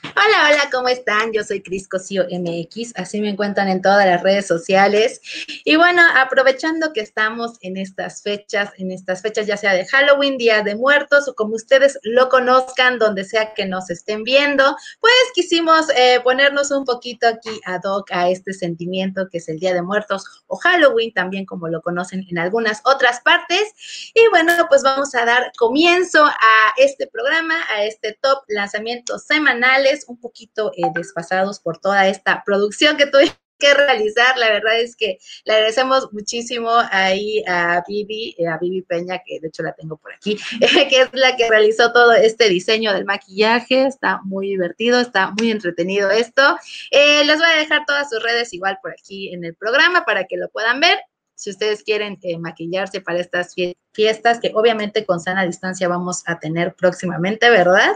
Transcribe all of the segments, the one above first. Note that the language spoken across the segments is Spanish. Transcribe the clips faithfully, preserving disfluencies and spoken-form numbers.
Hola, hola, ¿cómo están? Yo soy Cris Cosío M X, así me encuentran en todas las redes sociales. Y bueno, aprovechando que estamos en estas fechas, en estas fechas ya sea de Halloween, Día de Muertos o como ustedes lo conozcan, donde sea que nos estén viendo, pues quisimos eh, ponernos un poquito aquí ad hoc a este sentimiento que es el Día de Muertos o Halloween, también como lo conocen en algunas otras partes. Y bueno, pues vamos a dar comienzo a este programa, a este top lanzamientos semanales, un poquito eh, desfasados por toda esta producción que tuve que realizar. La verdad es que le agradecemos muchísimo ahí a Vivi, eh, a Vivi Peña, que de hecho la tengo por aquí, eh, que es la que realizó todo este diseño del maquillaje. Está muy divertido, está muy entretenido esto. Eh, les voy a dejar todas sus redes igual por aquí en el programa para que lo puedan ver. Si ustedes quieren eh, maquillarse para estas fiestas, que obviamente con sana distancia vamos a tener próximamente, ¿verdad?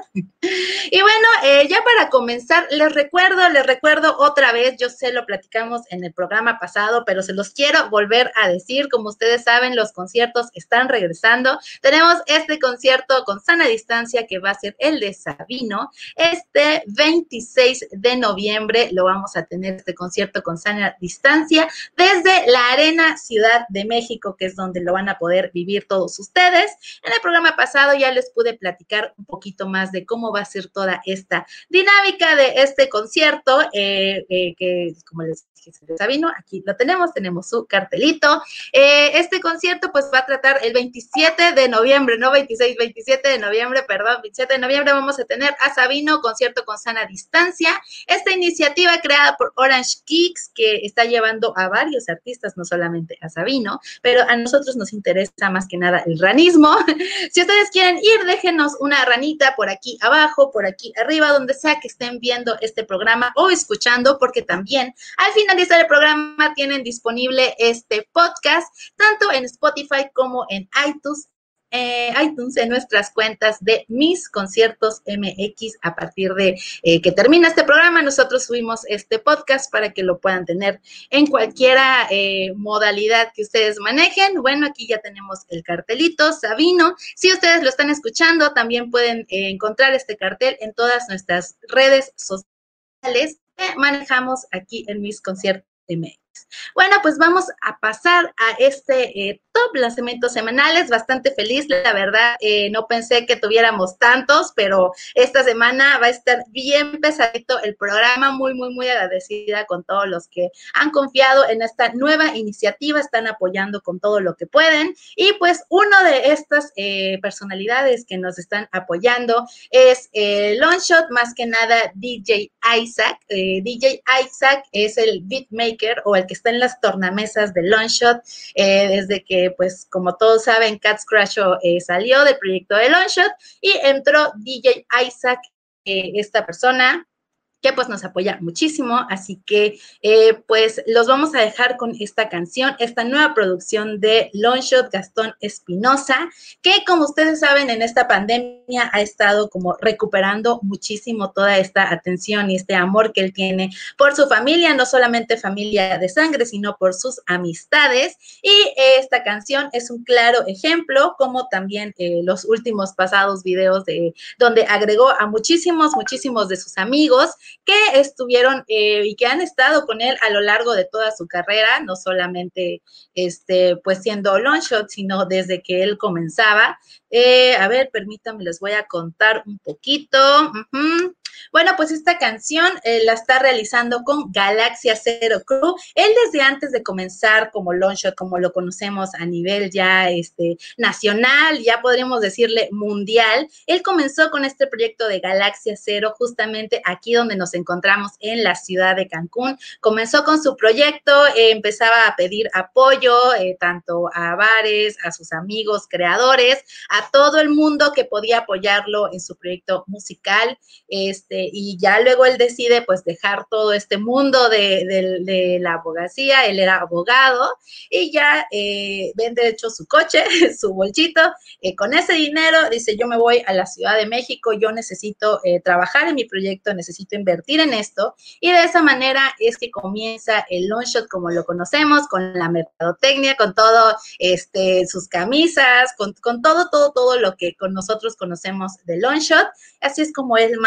Y bueno, eh, ya para comenzar, les recuerdo, les recuerdo otra vez, yo sé, lo platicamos en el programa pasado, pero se los quiero volver a decir. Como ustedes saben, los conciertos están regresando. Tenemos este concierto con sana distancia que va a ser el de Sabino. Este veintiséis de noviembre lo vamos a tener, este concierto con sana distancia, desde la Arena Ciudad de México, que es donde lo van a poder vivir todos ustedes. En el programa pasado ya les pude platicar un poquito más de cómo va a ser toda esta dinámica de este concierto, eh, eh, que como les dije, Sabino, aquí lo tenemos, tenemos su cartelito. Eh, este concierto pues va a tratar el veintisiete de noviembre, no veintiséis, veintisiete de noviembre, perdón, veintisiete de noviembre vamos a tener a Sabino, concierto con sana distancia. Esta iniciativa creada por Orange Kicks, que está llevando a varios artistas, no solamente a Sabino, pero a nosotros nos interesa más que nada el ranismo. Si ustedes quieren ir, déjenos una ranita por aquí abajo, por aquí arriba, donde sea que estén viendo este programa o escuchando, porque también al finalizar el programa tienen disponible este podcast, tanto en Spotify como en iTunes. Eh, iTunes en nuestras cuentas de Mis Conciertos M X. A partir de eh, que termina este programa, nosotros subimos este podcast para que lo puedan tener en cualquiera eh, modalidad que ustedes manejen. Bueno, aquí ya tenemos el cartelito, Sabino. Si ustedes lo están escuchando, también pueden eh, encontrar este cartel en todas nuestras redes sociales que manejamos aquí en Mis Conciertos M X. Bueno, pues vamos a pasar a este eh, top lanzamientos semanales. Bastante feliz, la verdad. Eh, no pensé que tuviéramos tantos, pero esta semana va a estar bien pesadito el programa. Muy, muy, muy agradecida con todos los que han confiado en esta nueva iniciativa, están apoyando con todo lo que pueden. Y pues uno de estas eh, personalidades que nos están apoyando es eh, Longshot, más que nada D J Isaac. Eh, D J Isaac es el beatmaker o el que está en las tornamesas de Longshot, eh, desde que, pues, como todos saben, Cats Crash eh, salió del proyecto de Longshot y entró D J Isaac, eh, esta persona que pues nos apoya muchísimo, así que eh, pues los vamos a dejar con esta canción, esta nueva producción de Longshot, Gastón Espinosa, que como ustedes saben en esta pandemia ha estado como recuperando muchísimo toda esta atención y este amor que él tiene por su familia, no solamente familia de sangre, sino por sus amistades, y eh, esta canción es un claro ejemplo, como también eh, los últimos pasados videos de donde agregó a muchísimos, muchísimos de sus amigos que estuvieron eh, y que han estado con él a lo largo de toda su carrera, no solamente este, pues siendo Longshot, sino desde que él comenzaba. Eh, a ver, permítanme, les voy a contar un poquito. Uh-huh. Bueno, pues esta canción eh, la está realizando con Galaxia Zero Crew. Él desde antes de comenzar como Longshot, como lo conocemos a nivel ya este, nacional, ya podríamos decirle mundial, él comenzó con este proyecto de Galaxia Zero justamente aquí donde nos encontramos en la ciudad de Cancún. Comenzó con su proyecto, eh, empezaba a pedir apoyo eh, tanto a bares, a sus amigos creadores, a todo el mundo que podía apoyarlo en su proyecto musical. Este, y ya luego él decide pues dejar todo este mundo de, de, de la abogacía, él era abogado y ya eh, vende de hecho su coche, su bolchito, eh, con ese dinero dice yo me voy a la Ciudad de México, yo necesito eh, trabajar en mi proyecto, necesito invertir en esto y de esa manera es que comienza el Longshot como lo conocemos, con la mercadotecnia, con todo este, sus camisas, con, con todo, todo, todo lo que con nosotros conocemos de Longshot, así es como él más o menos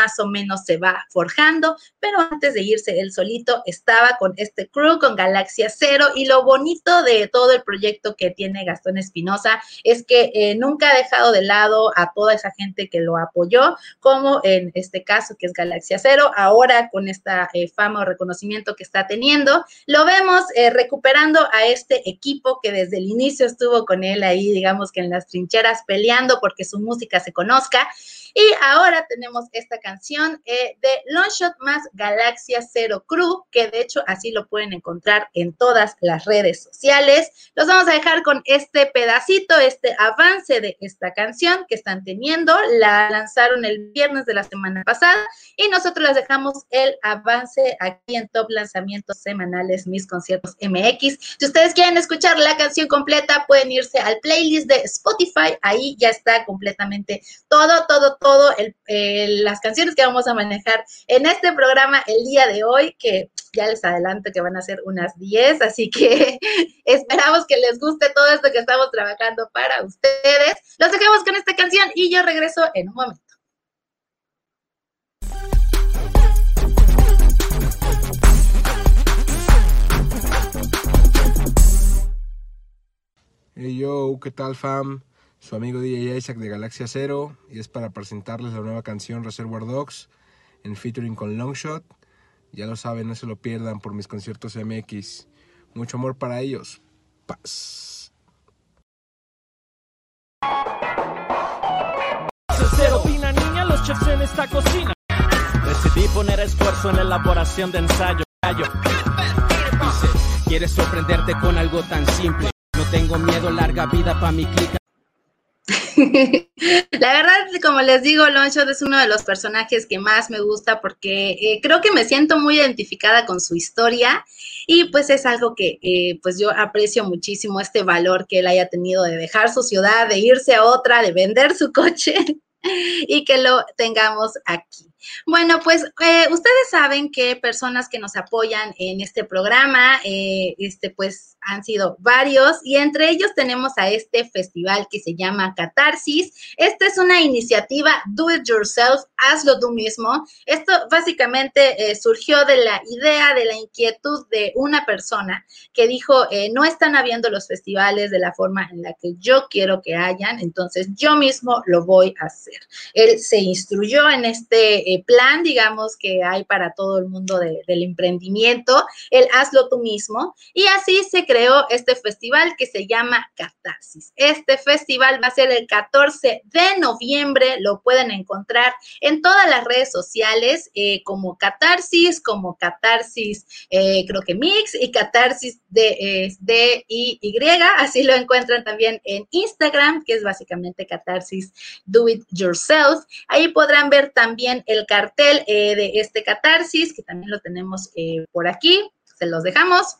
menos se va forjando, pero antes de irse él solito estaba con este crew, con Galaxia Cero, y lo bonito de todo el proyecto que tiene Gastón Espinosa es que eh, nunca ha dejado de lado a toda esa gente que lo apoyó, como en este caso que es Galaxia Cero, ahora con esta eh, fama o reconocimiento que está teniendo, lo vemos eh, recuperando a este equipo que desde el inicio estuvo con él ahí, digamos que en las trincheras peleando porque su música se conozca. Y ahora tenemos esta canción eh, de Longshot más Galaxia Cero Crew, que de hecho así lo pueden encontrar en todas las redes sociales. Los vamos a dejar con este pedacito, este avance de esta canción que están teniendo. La lanzaron el viernes de la semana pasada y nosotros les dejamos el avance aquí en Top Lanzamientos Semanales Mis Conciertos M X. Si ustedes quieren escuchar la canción completa, pueden irse al playlist de Spotify. Ahí ya está completamente todo, todo, todo. todo el, eh, las canciones que vamos a manejar en este programa el día de hoy, que ya les adelanto que van a ser unas diez, así que esperamos que les guste todo esto que estamos trabajando para ustedes. Los dejamos con esta canción y yo regreso en un momento. Hey yo, ¿qué tal fam? Su amigo D J Isaac de Galaxia Cero, y es para presentarles la nueva canción Reservoir Dogs en featuring con Longshot. Ya lo saben, no se lo pierdan por Mis Conciertos M X. Mucho amor para ellos. Paz. Cero fina niña, los chefs en esta cocina. Decidí poner esfuerzo en la elaboración de ensayo. Dice, quieres sorprenderte con algo tan simple. No tengo miedo, larga vida pa' mi clica. La verdad, como les digo, Longshot es uno de los personajes que más me gusta porque eh, creo que me siento muy identificada con su historia y pues es algo que eh, pues yo aprecio muchísimo, este valor que él haya tenido de dejar su ciudad, de irse a otra, de vender su coche y que lo tengamos aquí. Bueno, pues eh, ustedes saben que personas que nos apoyan en este programa, eh, este, pues han sido varios y entre ellos tenemos a este festival que se llama Catarsis. Esta es una iniciativa Do It Yourself, hazlo tú mismo. Esto básicamente eh, surgió de la idea, de la inquietud de una persona que dijo, eh, no están habiendo los festivales de la forma en la que yo quiero que hayan, entonces yo mismo lo voy a hacer. Él se instruyó en este eh, plan, digamos, que hay para todo el mundo de, del emprendimiento, el hazlo tú mismo, y así se creó este festival que se llama Catarsis. Este festival va a ser el catorce de noviembre, lo pueden encontrar en todas las redes sociales eh, como Catarsis, como Catarsis, eh, creo que Mix y Catarsis de, eh, de y Y, así lo encuentran también en Instagram, que es básicamente Catarsis Do It Yourself. Ahí podrán ver también el cartel eh, de este Catarsis, que también lo tenemos eh, por aquí. Se los dejamos.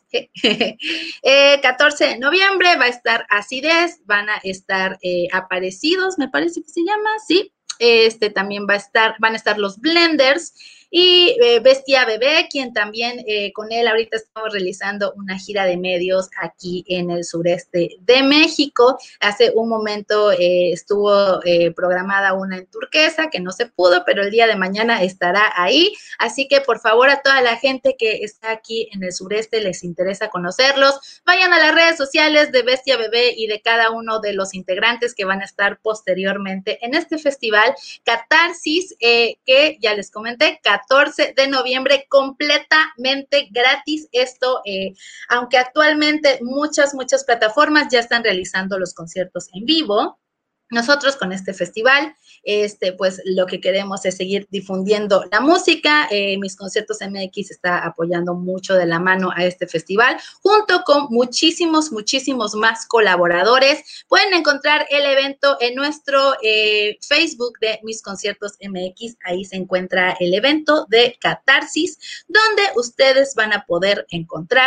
eh, catorce de noviembre va a estar Acidez, van a estar eh, Aparecidos, me parece que se llama, sí. Este también va a estar, van a estar los Blenders y eh, Bestia Bebé, quien también eh, con él ahorita estamos realizando una gira de medios aquí en el sureste de México. Hace un momento eh, estuvo eh, programada una en Turquesa, que no se pudo, pero el día de mañana estará ahí. Así que por favor a toda la gente que está aquí en el sureste les interesa conocerlos, vayan a las redes sociales de Bestia Bebé y de cada uno de los integrantes que van a estar posteriormente en este festival Catarsis, eh, que ya les comenté, catorce de noviembre, completamente gratis. Esto, eh, aunque actualmente muchas, muchas plataformas ya están realizando los conciertos en vivo, nosotros con este festival, este, pues lo que queremos es seguir difundiendo la música. Eh, Mis Conciertos M X está apoyando mucho de la mano a este festival, junto con muchísimos, muchísimos más colaboradores. Pueden encontrar el evento en nuestro eh, Facebook de Mis Conciertos M X. Ahí se encuentra el evento de Catarsis, donde ustedes van a poder encontrar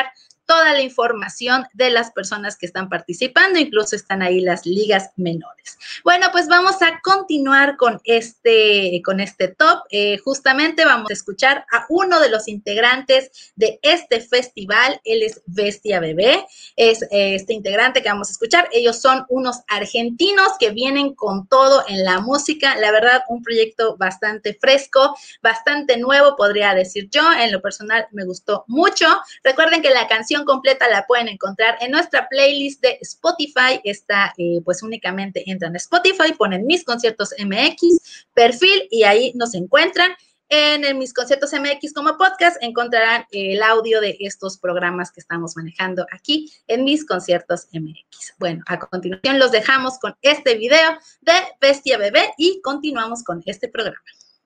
toda la información de las personas que están participando, incluso están ahí las ligas menores. Bueno, pues vamos a continuar con este, con este top. Eh, justamente vamos a escuchar a uno de los integrantes de este festival. Él es Bestia Bebé, es eh, este integrante que vamos a escuchar. Ellos son unos argentinos que vienen con todo en la música. La verdad, un proyecto bastante fresco, bastante nuevo, podría decir yo. En lo personal, me gustó mucho. Recuerden que la canción completa la pueden encontrar en nuestra playlist de Spotify. Está, eh, pues, únicamente entran a Spotify, ponen Mis Conciertos M X, perfil, y ahí nos encuentran. En el Mis Conciertos M X como podcast encontrarán el audio de estos programas que estamos manejando aquí en Mis Conciertos M X. Bueno, a continuación los dejamos con este video de Bestia Bebé y continuamos con este programa.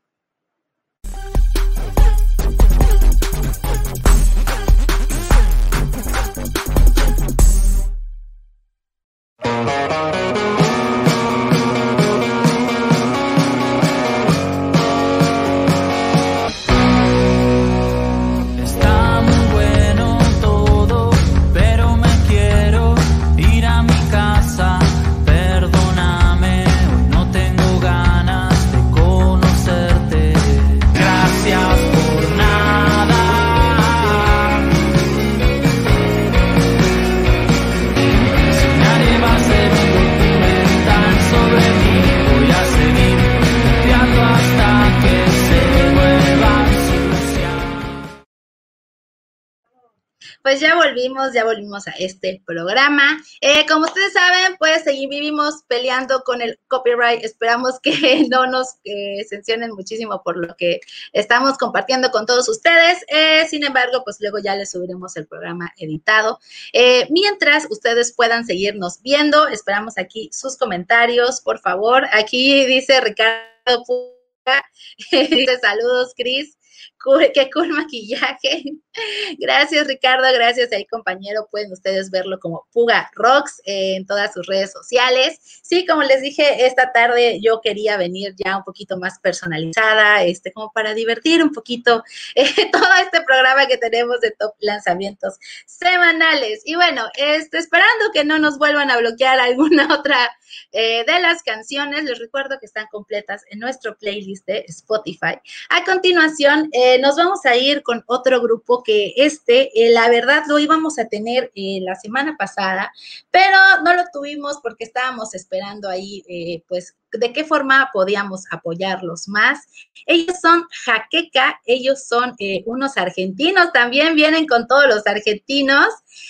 Pues ya volvimos, ya volvimos a este programa. Eh, como ustedes saben, pues seguimos vivimos peleando con el copyright. Esperamos que no nos eh, sancionen muchísimo por lo que estamos compartiendo con todos ustedes. Eh, sin embargo, pues luego ya les subiremos el programa editado. Eh, mientras ustedes puedan seguirnos viendo, esperamos aquí sus comentarios, por favor. Aquí dice Ricardo Puga, dice saludos, Cris. Qué cool maquillaje. Gracias, Ricardo. Gracias ahí, compañero. Pueden ustedes verlo como Puga Rocks eh, en todas sus redes sociales. Sí, como les dije, esta tarde yo quería venir ya un poquito más personalizada, este, como para divertir un poquito eh, todo este programa que tenemos de top lanzamientos semanales. Y bueno, este, esperando que no nos vuelvan a bloquear alguna otra eh, de las canciones, les recuerdo que están completas en nuestro playlist de Spotify. A continuación, eh, nos vamos a ir con otro grupo que este, eh, la verdad, lo íbamos a tener eh, la semana pasada, pero no lo tuvimos porque estábamos esperando ahí, eh, pues, de qué forma podíamos apoyarlos más. Ellos son Jaqueca, ellos son eh, unos argentinos, también vienen con todos los argentinos.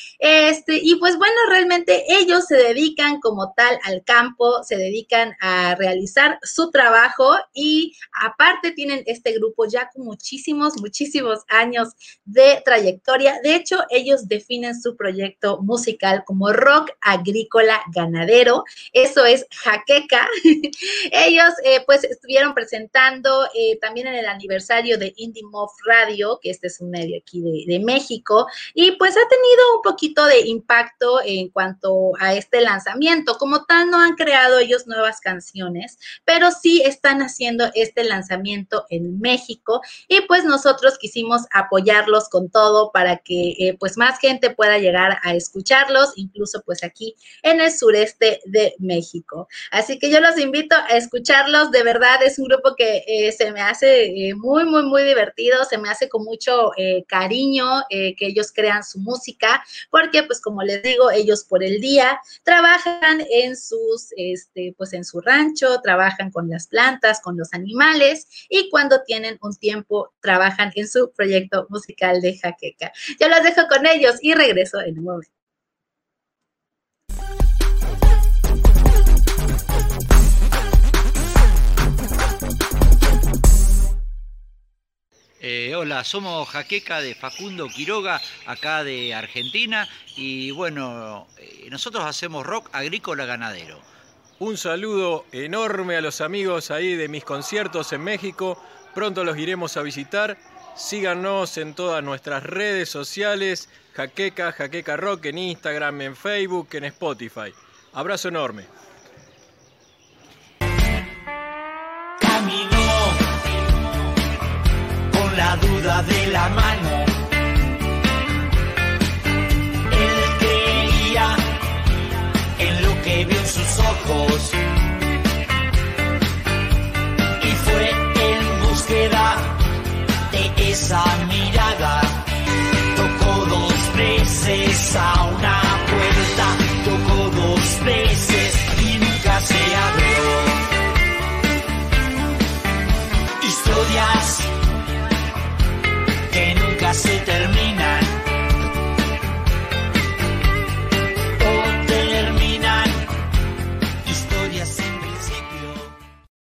Este, y pues bueno, realmente ellos se dedican como tal al campo, se dedican a realizar su trabajo y aparte tienen este grupo ya con muchísimos, muchísimos años de trayectoria. De hecho, ellos definen su proyecto musical como rock agrícola ganadero. Eso es Jaqueca. Ellos eh, pues estuvieron presentando eh, también en el aniversario de Indie Muff Radio, que este es un medio aquí de, de México, y pues ha tenido un poquito de impacto en cuanto a este lanzamiento. Como tal, no han creado ellos nuevas canciones, pero sí están haciendo este lanzamiento en México y pues nosotros quisimos apoyarlos con todo para que eh, pues más gente pueda llegar a escucharlos, incluso pues aquí en el sureste de México. Así que yo los invito a escucharlos. De verdad es un grupo que eh, se me hace eh, muy, muy, muy divertido, se me hace con mucho eh, cariño eh, que ellos crean su música, porque pues como les digo, ellos por el día trabajan en sus, este, pues en su rancho, trabajan con las plantas, con los animales y cuando tienen un tiempo trabajan en su proyecto musical de Jaqueca. Yo los dejo con ellos y regreso en un momento. Eh, hola, somos Jaqueca de Facundo Quiroga, acá de Argentina, y bueno, eh, nosotros hacemos rock agrícola ganadero. Un saludo enorme a los amigos ahí de Mis Conciertos en México, pronto los iremos a visitar, síganos en todas nuestras redes sociales, Jaqueca, Jaqueca Rock, en Instagram, en Facebook, en Spotify. Abrazo enorme. La duda de la mano, ojos. Y fue en búsqueda de esa mirada. Tocó dos veces a una puerta, tocó dos veces y nunca se abrió. Historias que nunca se terminan o terminan, historias sin principio.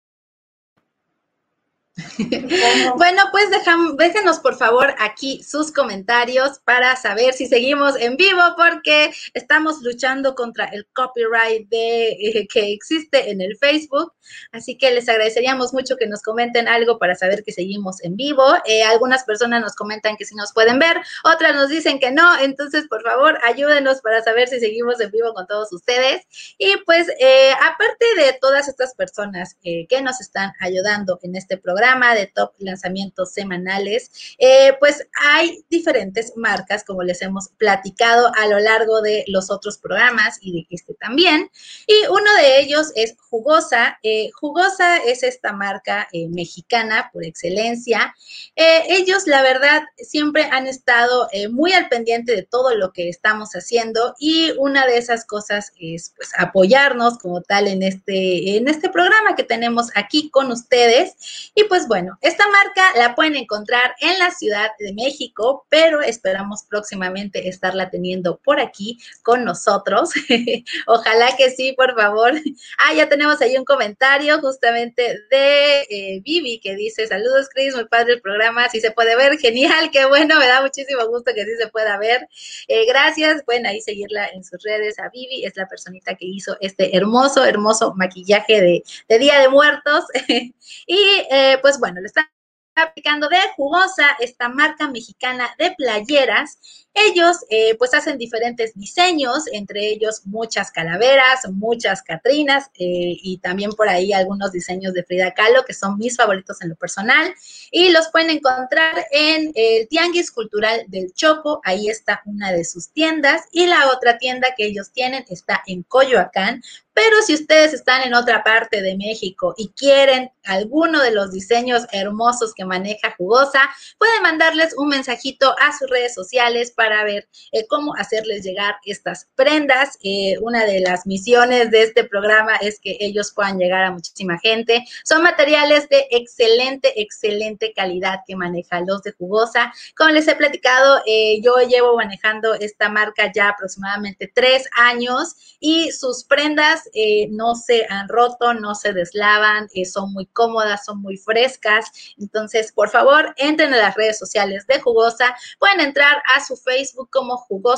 Bueno, pues dejam, déjenos por favor aquí sus comentarios para saber si seguimos en vivo, porque estamos luchando contra el copyright de, eh, que existe en el Facebook. Así que les agradeceríamos mucho que nos comenten algo para saber que seguimos en vivo. Eh, algunas personas nos comentan que sí nos pueden ver, otras nos dicen que no. Entonces, por favor, ayúdenos para saber si seguimos en vivo con todos ustedes. Y pues, eh, aparte de todas estas personas eh, que nos están ayudando en este programa de top lanzamientos semanales, eh, pues hay diferentes marcas, como les hemos platicado a lo largo de los otros programas y de este también. Y uno de ellos es Jugosa. Eh, Jugosa es esta marca eh, mexicana por excelencia. Eh, ellos, la verdad, siempre han estado eh, muy al pendiente de todo lo que estamos haciendo, y una de esas cosas es pues apoyarnos como tal en este, en este programa que tenemos aquí con ustedes. Y pues bueno, esta marca la pueden encontrar en la Ciudad de México, pero esperamos próximamente estarla teniendo por aquí con nosotros. Ojalá que sí, por favor. Ah, ya tenemos ahí un comentario justamente de eh, Vivi, que dice: saludos, Cris, muy padre el programa, sí se puede ver, genial, qué bueno, me da muchísimo gusto que sí se pueda ver. Eh, gracias, pueden ahí seguirla en sus redes a Vivi, es la personita que hizo este hermoso, hermoso maquillaje de, de Día de Muertos. Y eh, pues bueno, le están aplicando de Jugosa, esta marca mexicana de playeras. Ellos eh, pues hacen diferentes diseños, entre ellos muchas calaveras, muchas catrinas eh, y también por ahí algunos diseños de Frida Kahlo, que son mis favoritos en lo personal, y los pueden encontrar en el Tianguis Cultural del Chopo. Ahí está una de sus tiendas, y la otra tienda que ellos tienen está en Coyoacán. Pero si ustedes están en otra parte de México y quieren alguno de los diseños hermosos que maneja Jugosa, pueden mandarles un mensajito a sus redes sociales para ver eh, cómo hacerles llegar estas prendas. Eh, una de las misiones de este programa es que ellos puedan llegar a muchísima gente. Son materiales de excelente, excelente calidad que maneja los de Jugosa. Como les he platicado, eh, yo llevo manejando esta marca ya aproximadamente tres años y sus prendas Eh, no se han roto, no se deslavan, eh, son muy cómodas, son muy frescas. Entonces, por favor, entren a las redes sociales de Jugosa. Pueden entrar a su Facebook como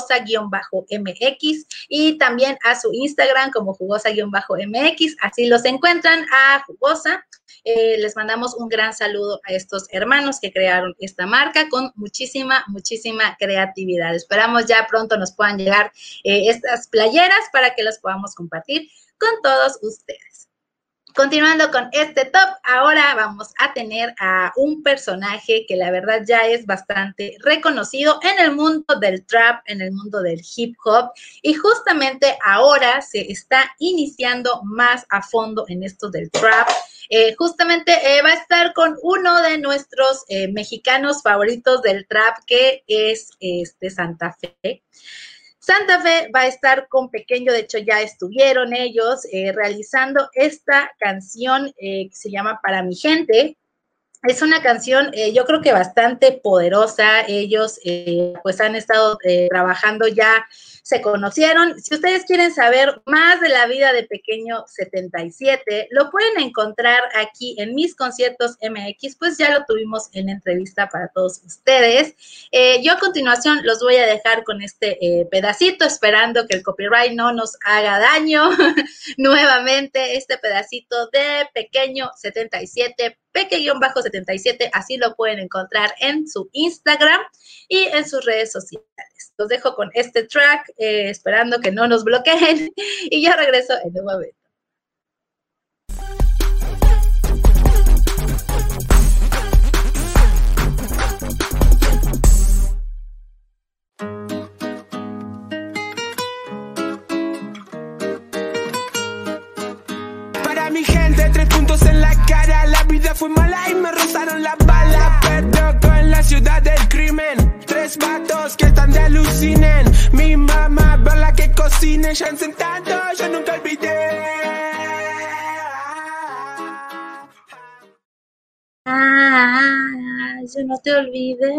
Jugosa-M X y también a su Instagram como Jugosa-M X. Así los encuentran a Jugosa. Eh, les mandamos un gran saludo a estos hermanos que crearon esta marca con muchísima, muchísima creatividad. Esperamos ya pronto nos puedan llegar eh, estas playeras para que las podamos compartir con todos ustedes. Continuando con este top, ahora vamos a tener a un personaje que la verdad ya es bastante reconocido en el mundo del trap, en el mundo del hip hop, y justamente ahora se está iniciando más a fondo en esto del trap. Eh, justamente eh, va a estar con uno de nuestros eh, mexicanos favoritos del trap, que es este Santa Fe. Santa Fe va a estar con Pequeño, de hecho ya estuvieron ellos eh, realizando esta canción eh, que se llama Para Mi Gente. Es una canción eh, yo creo que bastante poderosa. Ellos eh, pues han estado eh, trabajando ya, se conocieron. Si ustedes quieren saber más de la vida de Pequeño setenta y siete, lo pueden encontrar aquí en Mis Conciertos M X, pues ya lo tuvimos en entrevista para todos ustedes. Eh, yo a continuación los voy a dejar con este eh, pedacito, esperando que el copyright no nos haga daño. Nuevamente este pedacito de Pequeño setenta y siete, Peque-setenta y siete, así lo pueden encontrar en su Instagram y en sus redes sociales. Los dejo con este track, eh, esperando que no nos bloqueen, y yo regreso en un momento. mi gente, tres puntos en la cara. La vida fue mala y me rozaron la bala. Pero con la ciudad del crimen, tres vatos que están de alucinen. Mi mamá, verla que cocine, ya en sentado, yo nunca olvidé. Ah, yo no te olvidé.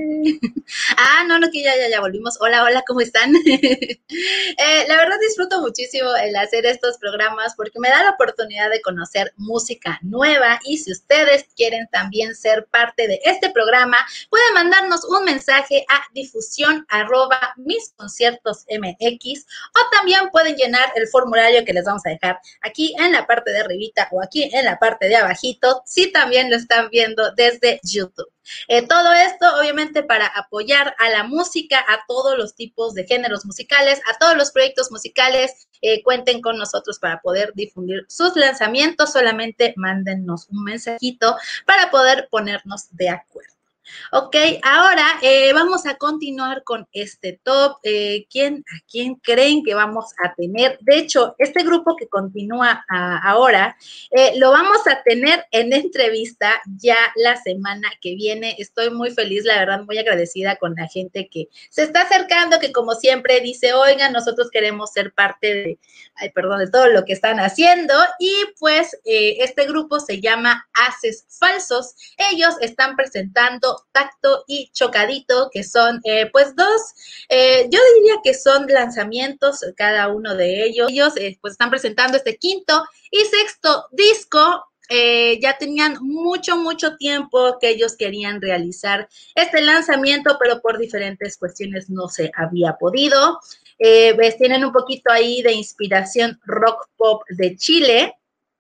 Ah, no, no, que ya, ya, ya volvimos. Hola, hola, ¿cómo están? eh, la verdad disfruto muchísimo el hacer estos programas porque me da la oportunidad de conocer música nueva y si ustedes quieren también ser parte de este programa, pueden mandarnos un mensaje a difusión arroba mis conciertos mx o también pueden llenar el formulario que les vamos a dejar aquí en la parte de arribita o aquí en la parte de abajito, si también lo están viendo desde YouTube. Eh, todo esto obviamente para apoyar a la música, a todos los tipos de géneros musicales, a todos los proyectos musicales, eh, cuenten con nosotros para poder difundir sus lanzamientos, solamente mándennos un mensajito para poder ponernos de acuerdo. Ok, ahora eh, vamos a continuar con este top. Eh, ¿quién, ¿A quién creen que vamos a tener? De hecho, este grupo que continúa a, ahora, eh, lo vamos a tener en entrevista ya la semana que viene. Estoy muy feliz, la verdad, muy agradecida con la gente que se está acercando, que como siempre dice, oigan, nosotros queremos ser parte de, ay, perdón, de todo lo que están haciendo. Y pues eh, este grupo se llama Haces Falsos. Ellos están presentando Tacto y Chocadito, que son eh, pues dos, eh, yo diría que son lanzamientos cada uno de ellos. Ellos eh, pues están presentando este quinto y sexto disco. Eh, ya tenían mucho, mucho tiempo que ellos querían realizar este lanzamiento, pero por diferentes cuestiones no se había podido. Eh, ves, tienen un poquito ahí de inspiración rock pop de Chile.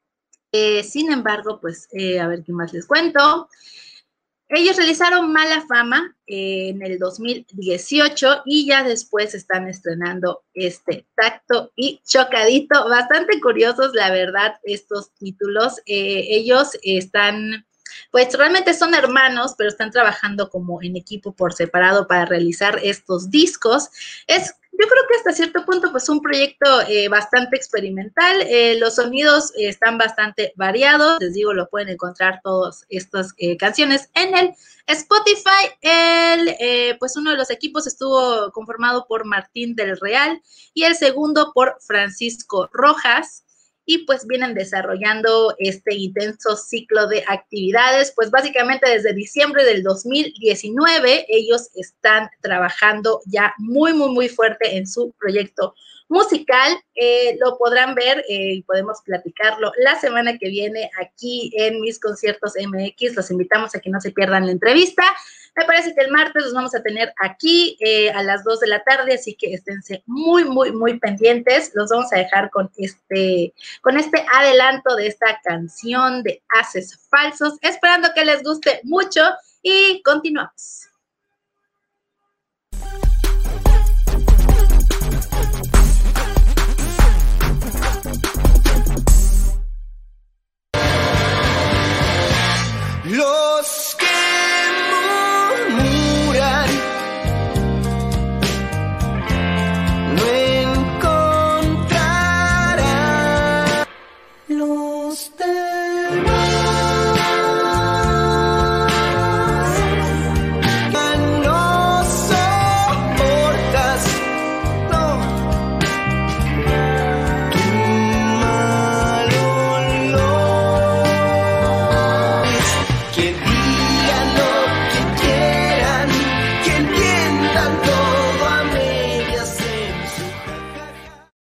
Eh, sin embargo, pues eh, a ver qué más les cuento. Ellos realizaron Mala Fama eh, en el dos mil dieciocho y ya después están estrenando este Tacto y Chocadito. Bastante curiosos, la verdad, estos títulos. Eh, ellos están, pues realmente son hermanos, pero están trabajando como en equipo por separado para realizar estos discos. Es Yo creo que hasta cierto punto, pues un proyecto eh, bastante experimental. Eh, los sonidos eh, están bastante variados. Les digo, lo pueden encontrar todas estas eh, canciones en el Spotify. El, eh, pues uno de los equipos estuvo conformado por Martín del Real y el segundo por Francisco Rojas. Y pues vienen desarrollando este intenso ciclo de actividades, pues básicamente desde diciembre del dos mil diecinueve ellos están trabajando ya muy, muy, muy fuerte en su proyecto musical. Eh, lo podrán ver y eh, podemos platicarlo la semana que viene aquí en Mis Conciertos M X. Los invitamos a que no se pierdan la entrevista. Me parece que el martes los vamos a tener aquí eh, a las dos de la tarde, así que esténse muy, muy, muy pendientes. Los vamos a dejar con este, con este adelanto de esta canción de Haces Falsos, esperando que les guste mucho y continuamos. Los que murmuran no encontrarán los demás. No soportas, no, tu mal olor. Que digan lo que quieran, que entiendan todo a medias en su jajaja.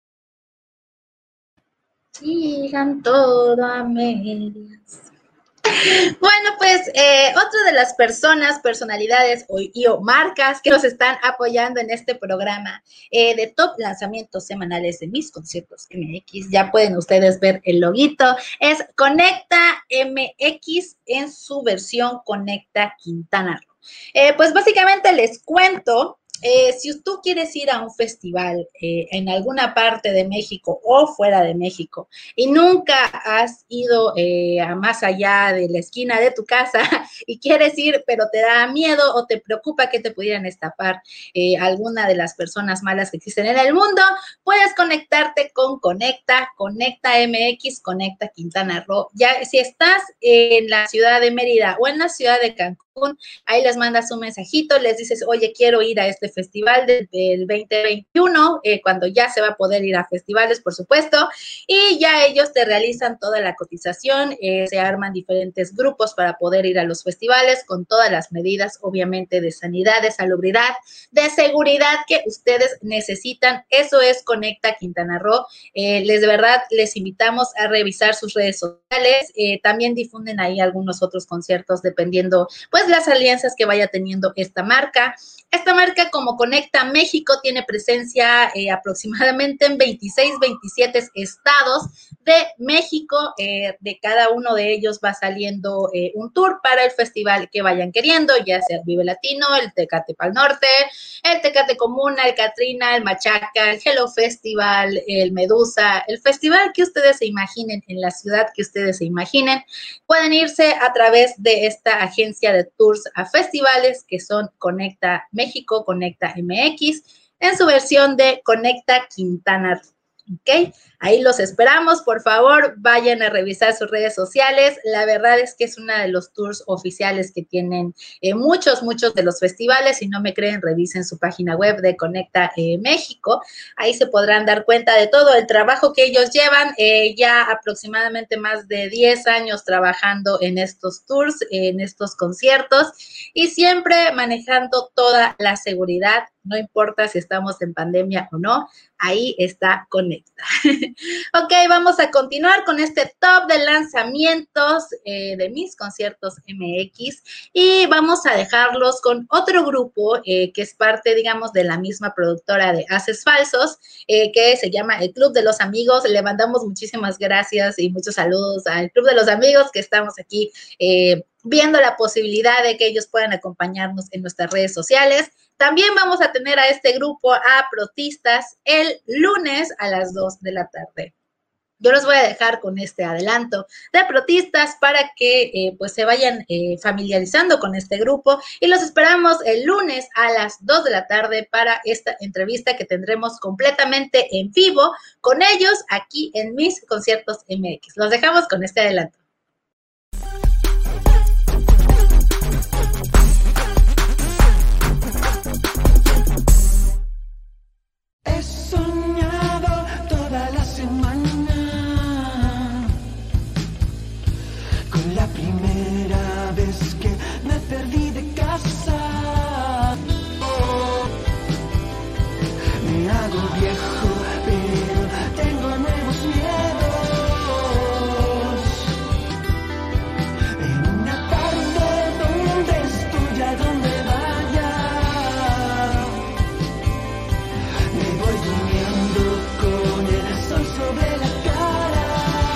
Digan todo a medias. Bueno, pues eh, otra de las personas, personalidades o, y o marcas que nos están apoyando en este programa eh, de top lanzamientos semanales de Mis Conciertos M X, ya pueden ustedes ver el loguito, es Conecta M X en su versión Conecta Quintana Roo. Eh, pues básicamente les cuento. Eh, si tú quieres ir a un festival eh, en alguna parte de México o fuera de México y nunca has ido eh, a más allá de la esquina de tu casa y quieres ir, pero te da miedo o te preocupa que te pudieran estafar eh, alguna de las personas malas que existen en el mundo, puedes conectarte con Conecta, Conecta M X, Conecta Quintana Roo. Ya si estás en la ciudad de Mérida o en la ciudad de Cancún, ahí les mandas un mensajito, les dices, oye, quiero ir a este festival del, del veinte veintiuno, eh, cuando ya se va a poder ir a festivales, por supuesto, y ya ellos te realizan toda la cotización, eh, se arman diferentes grupos para poder ir a los festivales con todas las medidas, obviamente, de sanidad, de salubridad, de seguridad que ustedes necesitan. Eso es Conecta Quintana Roo. Eh, les de verdad les invitamos a revisar sus redes sociales, eh, también difunden ahí algunos otros conciertos dependiendo, pues, las alianzas que vaya teniendo esta marca. Esta marca, como Conecta México, tiene presencia eh, aproximadamente en veintiséis, veintisiete estados de México. Eh, de cada uno de ellos va saliendo eh, un tour para el festival que vayan queriendo, ya sea el Vive Latino, el Tecate Pal Norte, el Tecate Comuna, el Catrina, el Machaca, el Hello Festival, el Medusa, el festival que ustedes se imaginen, en la ciudad que ustedes se imaginen. Pueden irse a través de esta agencia de tours a festivales que son Conecta México, Conecta M X, en su versión de Conecta Quintana Roo. ¿Ok? Ahí los esperamos, por favor, vayan a revisar sus redes sociales. La verdad es que es uno de los tours oficiales que tienen eh, muchos, muchos de los festivales. Si no me creen, revisen su página web de Conecta eh, México. Ahí se podrán dar cuenta de todo el trabajo que ellos llevan, eh, ya aproximadamente más de diez años trabajando en estos tours, en estos conciertos, y siempre manejando toda la seguridad. No importa si estamos en pandemia o no, ahí está Conecta. Ok, vamos a continuar con este top de lanzamientos eh, de mis conciertos M X, y vamos a dejarlos con otro grupo eh, que es parte, digamos, de la misma productora de Haces Falsos, eh, que se llama El Club de los Amigos. Le mandamos muchísimas gracias y muchos saludos al Club de los Amigos, que estamos aquí eh, viendo la posibilidad de que ellos puedan acompañarnos en nuestras redes sociales. También vamos a tener a este grupo, a Protistas, el lunes a las dos de la tarde. Yo los voy a dejar con este adelanto de Protistas para que eh, pues se vayan eh, familiarizando con este grupo, y los esperamos el lunes a las dos de la tarde para esta entrevista que tendremos completamente en vivo con ellos aquí en Mis Conciertos M X. Los dejamos con este adelanto. He soñado toda la semana con la primera vez que me perdí de casa. Oh, me hago viejo, pero tengo nuevos miedos. En una tarde donde estoy, a donde vaya, me voy durmiendo con el sol sobre la cara.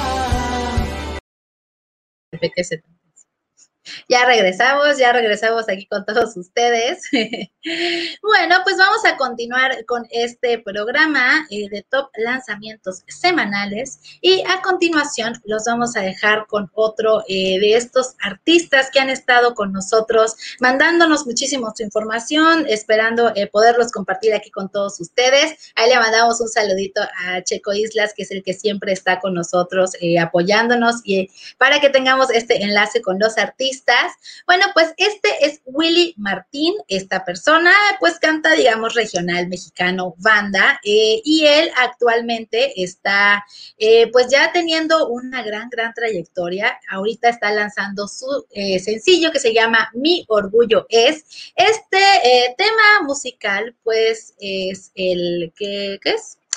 Ya regresamos, ya regresamos aquí con todos ustedes. Bueno, pues vamos a continuar con este programa eh, de top lanzamientos semanales, y a continuación los vamos a dejar con otro eh, de estos artistas que han estado con nosotros, mandándonos muchísimo su información, esperando eh, poderlos compartir aquí con todos ustedes. Ahí le mandamos un saludito a Checo Islas, que es el que siempre está con nosotros eh, apoyándonos, y eh, para que tengamos este enlace con los artistas. Bueno, pues este es Willy Martín. Esta persona pues canta, digamos, regional mexicano, banda, eh, y él actualmente está eh, pues ya teniendo una gran, gran trayectoria. Ahorita está lanzando su eh, sencillo que se llama Mi Orgullo Es. Este eh, tema musical pues es el que, ¿qué es?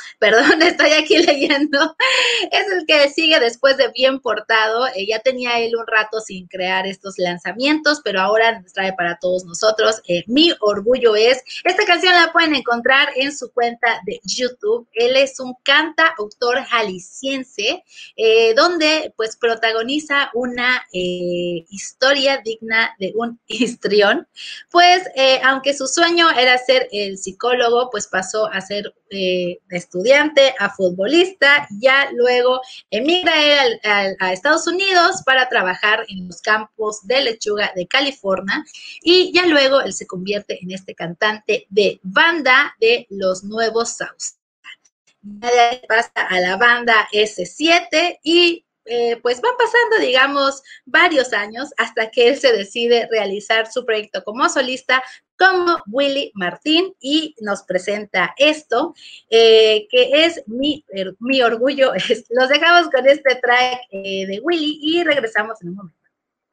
perdón, estoy aquí leyendo, es el que sigue después de Bien Portado. Eh, ya tenía él un rato sin crear estos lanzamientos, pero ahora nos trae para todos nosotros eh, Mi Orgullo Es. Esta canción la pueden encontrar en su cuenta de YouTube. Él es un cantautor jalisciense, eh, donde pues protagoniza una eh, historia digna de un histrión. Pues eh, aunque su sueño era ser el psicólogo, pues pasó a ser eh, estudiante, a futbolista, ya luego emigra él a, a, a Estados Unidos para trabajar en los campos de lechuga de California, y ya luego él se convierte en este cantante de banda de Los Nuevos South. Ya de ahí pasa a la banda ese siete y Eh, pues van pasando, digamos, varios años hasta que él se decide realizar su proyecto como solista como Willy Martín y nos presenta esto, eh, que es mi, er, mi orgullo. Es. Los dejamos con este track eh, de Willy y regresamos en un momento.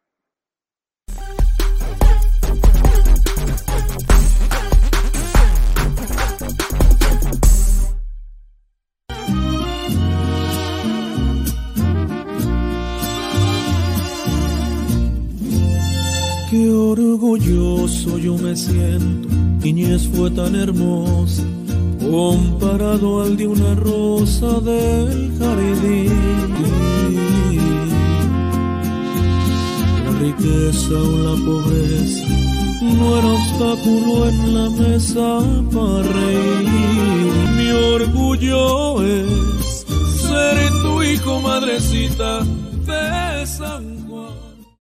Qué orgulloso yo me siento, niñez fue tan hermosa, comparado al de una rosa del jardín. La riqueza o la pobreza no era obstáculo en la mesa para reír. Mi orgullo es ser tu hijo, madrecita de San Juan.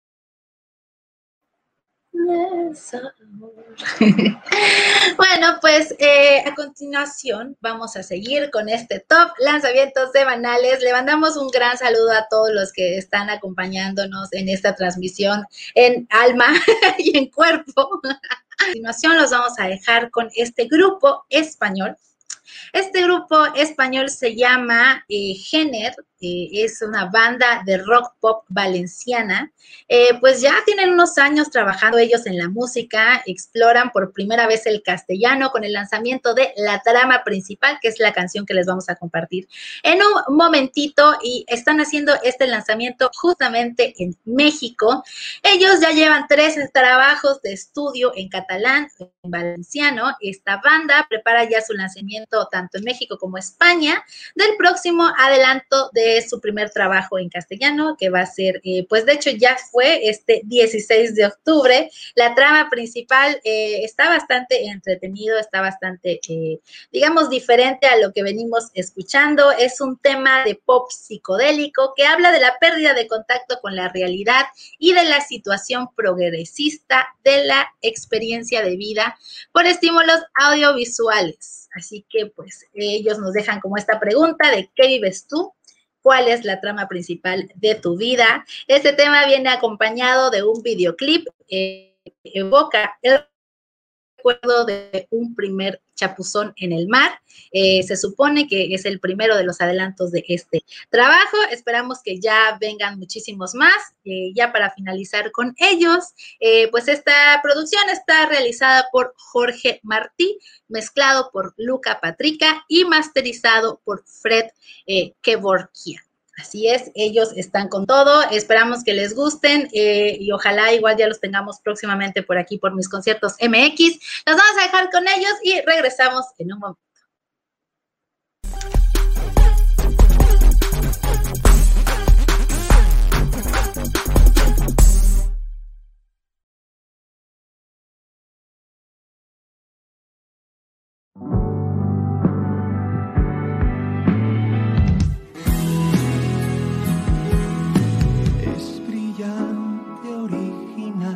Bueno, pues eh, a continuación vamos a seguir con este top lanzamientos semanales. Le mandamos un gran saludo a todos los que están acompañándonos en esta transmisión en alma y en cuerpo. A continuación los vamos a dejar con este grupo español. Este grupo español se llama eh, Géner, eh, es una banda de rock pop valenciana. Eh, pues ya tienen unos años trabajando ellos en la música, exploran por primera vez el castellano con el lanzamiento de La Trama Principal, que es la canción que les vamos a compartir en un momentito, y están haciendo este lanzamiento justamente en México. Ellos ya llevan tres trabajos de estudio en catalán, en valenciano. Esta banda prepara ya su lanzamiento tanto en México como España del próximo adelanto de su primer trabajo en castellano, que va a ser, eh, pues de hecho ya fue este dieciséis de octubre. La Trama Principal eh, está bastante entretenido, está bastante, eh, digamos, diferente a lo que venimos escuchando. Es un tema de pop psicodélico que habla de la pérdida de contacto con la realidad y de la situación progresista de la experiencia de vida por estímulos audiovisuales. Así que, pues, ellos nos dejan como esta pregunta de ¿qué vives tú? ¿Cuál es la trama principal de tu vida? Este tema viene acompañado de un videoclip eh, que evoca el recuerdo de un primer chapuzón en el mar. Eh, se supone que es el primero de los adelantos de este trabajo. Esperamos que ya vengan muchísimos más. Eh, ya para finalizar con ellos, eh, pues esta producción está realizada por Jorge Martí, mezclado por Luca Patrica y masterizado por Fred eh, Kevorkian. Así es, ellos están con todo. Esperamos que les gusten eh, y ojalá igual ya los tengamos próximamente por aquí por Mis Conciertos M X. Nos vamos a dejar con ellos y regresamos en un momento.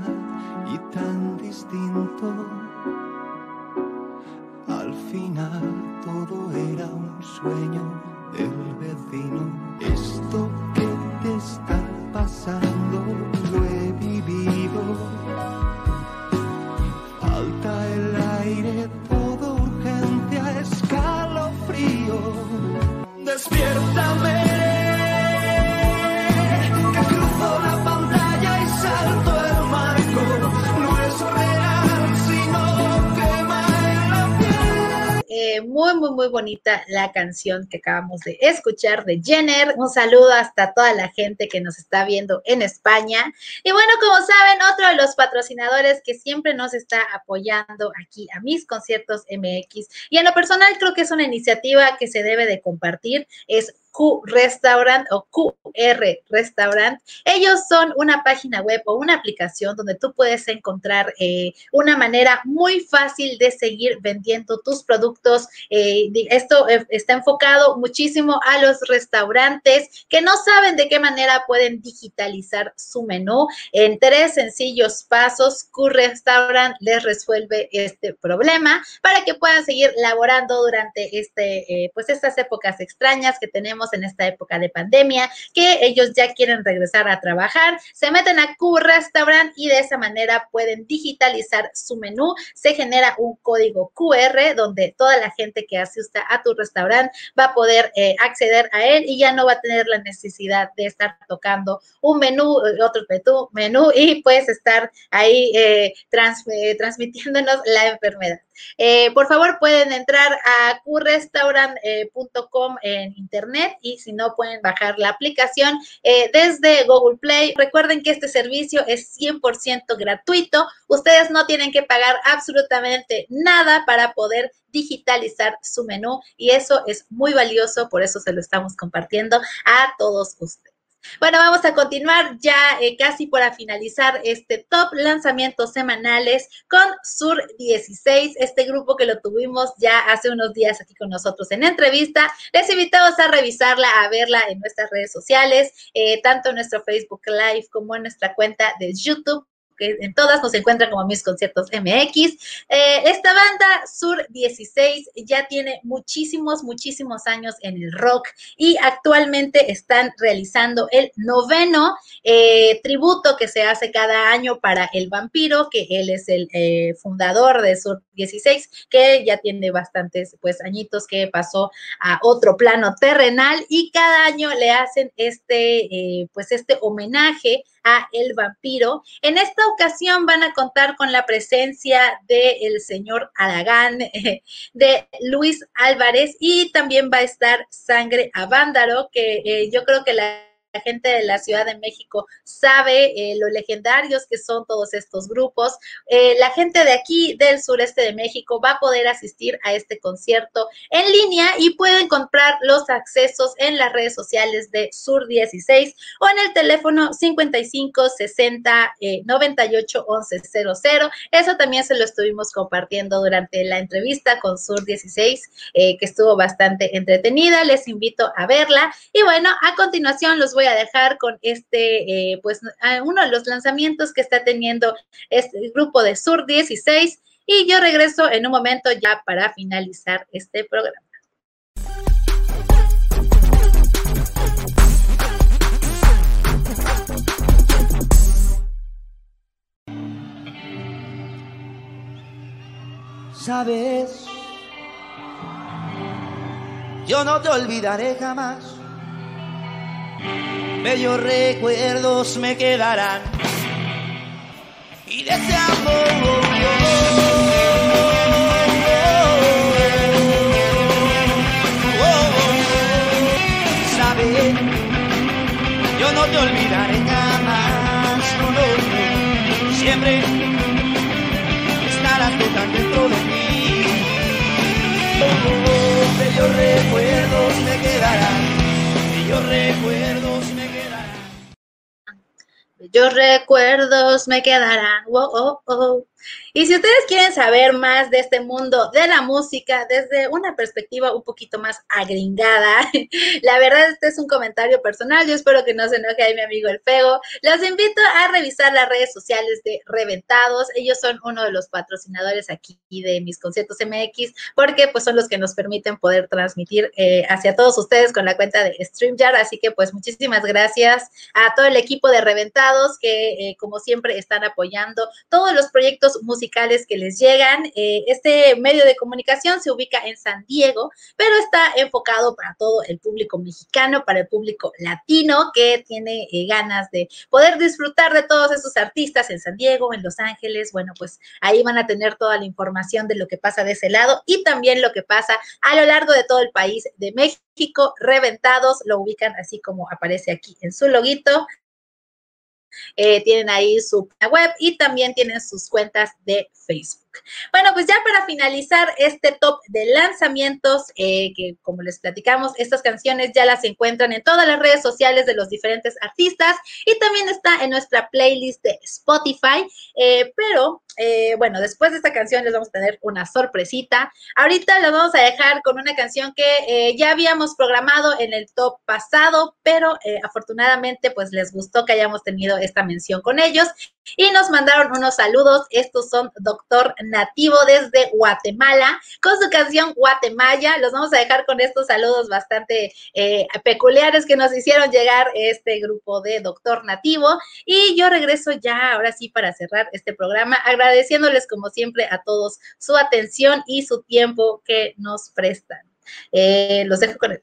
Al final eh, muy, muy, muy bonita la canción que acabamos de escuchar de Jenner. Un saludo hasta toda la gente que nos está viendo en España. Y bueno, como saben, otro de los patrocinadores que siempre nos está apoyando aquí a Mis Conciertos M X, y en lo personal creo que es una iniciativa que se debe de compartir, es Q Restaurant o Q R Restaurant. Ellos son una página web o una aplicación donde tú puedes encontrar eh, una manera muy fácil de seguir vendiendo tus productos. Eh, esto eh, está enfocado muchísimo a los restaurantes que no saben de qué manera pueden digitalizar su menú. En tres sencillos pasos, Q Restaurant les resuelve este problema para que puedan seguir laborando durante este, eh, pues estas épocas extrañas que tenemos en esta época de pandemia, que ellos ya quieren regresar a trabajar. Se meten a Q Restaurant y de esa manera pueden digitalizar su menú. Se genera un código Q R donde toda la gente que asista a tu restaurante va a poder eh, acceder a él y ya no va a tener la necesidad de estar tocando un menú, otro menú y pues estar ahí eh, trans, eh, transmitiéndonos la enfermedad. Eh, por favor, pueden entrar a q restaurant punto com en internet y si no, pueden bajar la aplicación eh, desde Google Play. Recuerden que este servicio es cien por ciento gratuito. Ustedes no tienen que pagar absolutamente nada para poder digitalizar su menú y eso es muy valioso, por eso se lo estamos compartiendo a todos ustedes. Bueno, vamos a continuar ya eh, casi para finalizar este top lanzamientos semanales con Sur dieciséis, este grupo que lo tuvimos ya hace unos días aquí con nosotros en entrevista. Les invitamos a revisarla, a verla en nuestras redes sociales, eh, tanto en nuestro Facebook Live como en nuestra cuenta de YouTube, que en todas nos encuentran como Mis Conciertos M X. Eh, esta banda Sur dieciséis ya tiene muchísimos, muchísimos años en el rock y actualmente están realizando el noveno eh, tributo que se hace cada año para el vampiro, que él es el eh, fundador de Sur dieciséis, que ya tiene bastantes pues añitos que pasó a otro plano terrenal y cada año le hacen este eh, pues este homenaje a el vampiro. En esta ocasión van a contar con la presencia del señor Aragán, eh, de Luis Álvarez, y también va a estar Sangre a Vándaro, que eh, yo creo que la La gente de la Ciudad de México sabe eh, lo legendarios que son todos estos grupos. Eh, la gente de aquí, del sureste de México, va a poder asistir a este concierto en línea y pueden comprar los accesos en las redes sociales de Sur dieciséis o en el teléfono cincuenta y cinco sesenta noventa y ocho once cero cero. Eso también se lo estuvimos compartiendo durante la entrevista con Sur dieciséis, eh, que estuvo bastante entretenida. Les invito a verla. Y bueno, a continuación los voy a dejar con este, eh, pues, uno de los lanzamientos que está teniendo este grupo de Sur dieciséis, y yo regreso en un momento ya para finalizar este programa. Sabes, yo no te olvidaré jamás. Bellos recuerdos me quedarán y de ese amor oh, oh, oh. Sabes, yo no te olvidaré jamás, no, no, no. Siempre estarás tú tan dentro de mí. Oh, oh, oh. Bellos recuerdos me quedarán, bellos recuerdos me quedarán. Bellos recuerdos me quedarán. Oh, oh, oh. Y si ustedes quieren saber más de este mundo de la música desde una perspectiva un poquito más agringada, la verdad este es un comentario personal, yo espero que no se enoje ahí mi amigo el Fego, los invito a revisar las redes sociales de Reventados. Ellos son uno de los patrocinadores aquí de Mis Conciertos M X, porque pues son los que nos permiten poder transmitir eh, hacia todos ustedes con la cuenta de StreamYard, así que pues muchísimas gracias a todo el equipo de Reventados que eh, como siempre están apoyando todos los proyectos lanzamientos musicales que les llegan. Eh, este medio de comunicación se ubica en San Diego, pero está enfocado para todo el público mexicano, para el público latino que tiene eh, ganas de poder disfrutar de todos esos artistas en San Diego, en Los Ángeles. Bueno, pues ahí van a tener toda la información de lo que pasa de ese lado y también lo que pasa a lo largo de todo el país de México. Reventados, lo ubican así como aparece aquí en su loguito. Eh, tienen ahí su web y también tienen sus cuentas de Facebook. Bueno, pues ya para finalizar este top de lanzamientos, eh, que como les platicamos, estas canciones ya las encuentran en todas las redes sociales de los diferentes artistas y también está en nuestra playlist de Spotify, eh, pero eh, bueno, después de esta canción les vamos a tener una sorpresita. Ahorita los vamos a dejar con una canción que eh, ya habíamos programado en el top pasado, pero eh, afortunadamente pues les gustó que hayamos tenido esta mención con ellos y nos mandaron unos saludos. Estos son Doctor Nativo desde Guatemala con su canción Guatemala. Los vamos a dejar con estos saludos bastante eh, peculiares que nos hicieron llegar este grupo de Doctor Nativo. Y yo regreso ya ahora sí para cerrar este programa, agradeciéndoles como siempre a todos su atención y su tiempo que nos prestan. Eh, los dejo con él.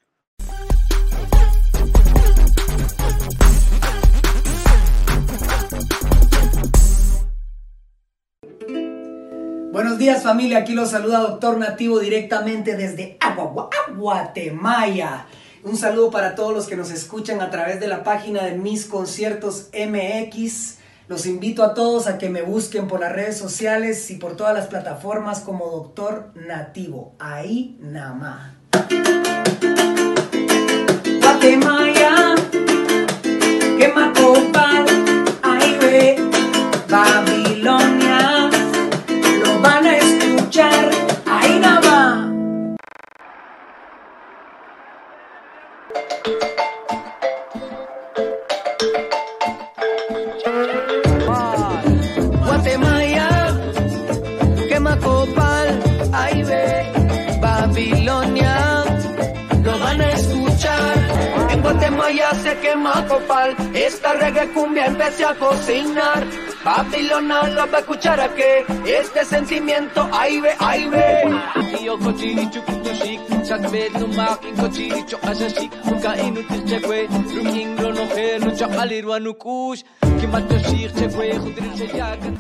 Buenos días, familia, aquí los saluda Doctor Nativo directamente desde Agua, Guatemala. Un saludo para todos los que nos escuchan a través de la página de Mis Conciertos M X. Los invito a todos a que me busquen por las redes sociales y por todas las plataformas como Doctor Nativo. Ahí nada más. Guatemala, Quemacopal, ahí ve, Babilonia. Van a escuchar, ahí nada más. Guatemala, Quemacopal, ahí ve, Babilonia, lo van a escuchar. En Guatemala se quema copal, esta reggae cumbia empecé a cocinar. Babilona lo va a escuchar a que este sentimiento, ahí ve, ahí ve. Iyo kochini chukuto shik, sakbe numakin kochini chokasa shik, muka inutil chekwe, rumingro no he, no chakaliru anukush, kimato shik chekwe, judril se yakan.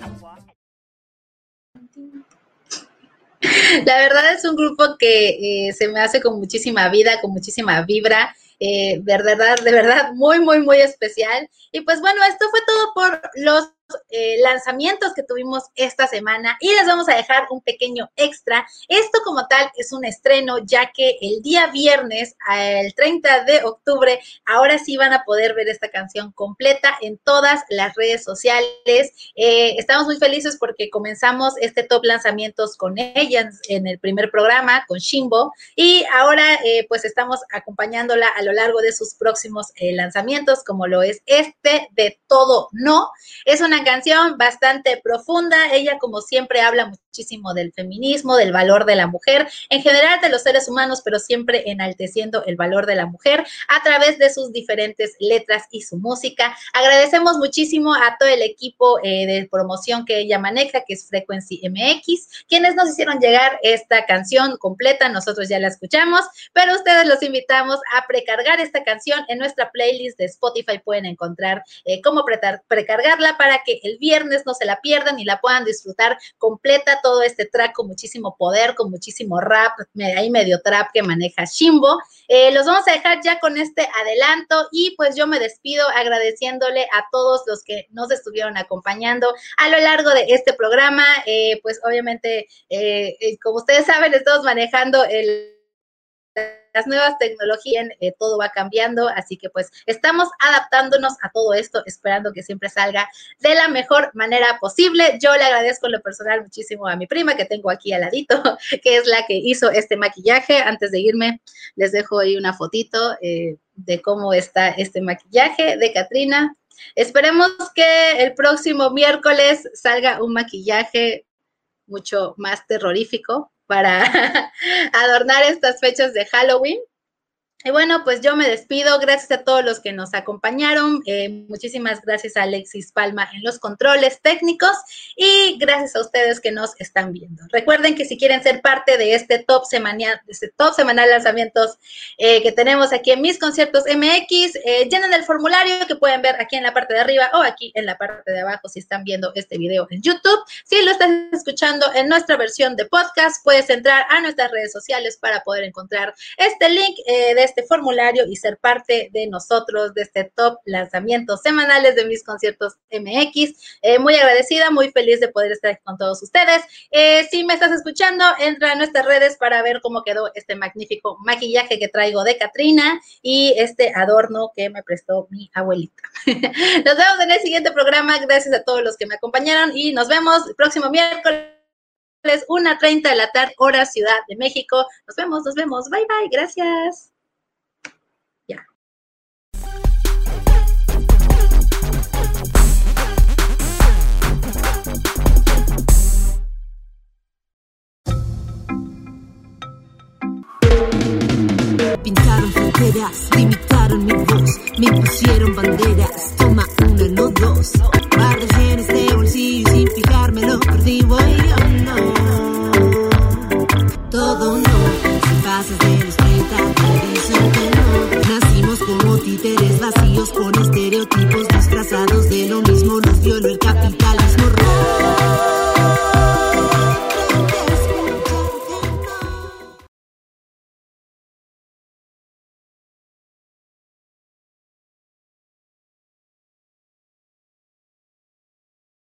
La verdad es un grupo que eh, se me hace con muchísima vida, con muchísima vibra. Eh, de verdad, de verdad, muy, muy, muy especial. Y pues bueno, esto fue todo por los eh, lanzamientos que tuvimos esta semana y les vamos a dejar un pequeño extra. Esto como tal es un estreno, ya que el día viernes, el treinta de octubre, ahora sí van a poder ver esta canción completa en todas las redes sociales. Eh, estamos muy felices porque comenzamos este top lanzamientos con ella en el primer programa, con Shimbo, y ahora eh, pues estamos acompañándola a lo largo de sus próximos eh, lanzamientos, como lo es este de Todo No. Es una canción bastante profunda. Ella, como siempre, habla muchísimo del feminismo, del valor de la mujer, en general de los seres humanos, pero siempre enalteciendo el valor de la mujer a través de sus diferentes letras y su música. Agradecemos muchísimo a todo el equipo eh, de promoción que ella maneja, que es Frequency M X, quienes nos hicieron llegar esta canción completa. Nosotros ya la escuchamos, pero ustedes los invitamos a precargar esta canción en nuestra playlist de Spotify. Pueden encontrar eh, cómo pre precargarla para que el viernes no se la pierdan y la puedan disfrutar completa, todo este track con muchísimo poder, con muchísimo rap, ahí medio trap que maneja Shimbo. Eh, los vamos a dejar ya con este adelanto y pues yo me despido agradeciéndole a todos los que nos estuvieron acompañando a lo largo de este programa. Eh, pues obviamente, eh, eh, como ustedes saben, estamos manejando el las nuevas tecnologías, eh, todo va cambiando, así que pues estamos adaptándonos a todo esto, esperando que siempre salga de la mejor manera posible. Yo le agradezco en lo personal muchísimo a mi prima que tengo aquí al ladito, que es la que hizo este maquillaje. Antes de irme, les dejo ahí una fotito eh, de cómo está este maquillaje de Catrina. Esperemos que el próximo miércoles salga un maquillaje mucho más terrorífico para adornar estas fechas de Halloween. Y bueno, pues yo me despido. Gracias a todos los que nos acompañaron. Eh, muchísimas gracias a Alexis Palma en los controles técnicos y gracias a ustedes que nos están viendo. Recuerden que si quieren ser parte de este top semanal, de este top semanal de lanzamientos eh, que tenemos aquí en Mis Conciertos M X, eh, llenen el formulario que pueden ver aquí en la parte de arriba o aquí en la parte de abajo si están viendo este video en YouTube. Si lo estás escuchando en nuestra versión de podcast, puedes entrar a nuestras redes sociales para poder encontrar este link eh, de este formulario y ser parte de nosotros, de este top lanzamientos semanales de Mis Conciertos M X. Eh, muy agradecida, muy feliz de poder estar con todos ustedes. Eh, si me estás escuchando, entra a nuestras redes para ver cómo quedó este magnífico maquillaje que traigo de Catrina y este adorno que me prestó mi abuelita. Nos vemos en el siguiente programa. Gracias a todos los que me acompañaron y nos vemos el próximo miércoles, una treinta de la tarde, hora Ciudad de México. Nos vemos, nos vemos. Bye, bye. Gracias. Pintaron fronteras, limitaron mi voz, me pusieron banderas, toma una, no dos. Guardé en este bolsillo sin fijármelo, perdí, voy yo no. Todo no, si pasas de los treinta, te dicen que no. Nacimos como títeres vacíos con estereotipos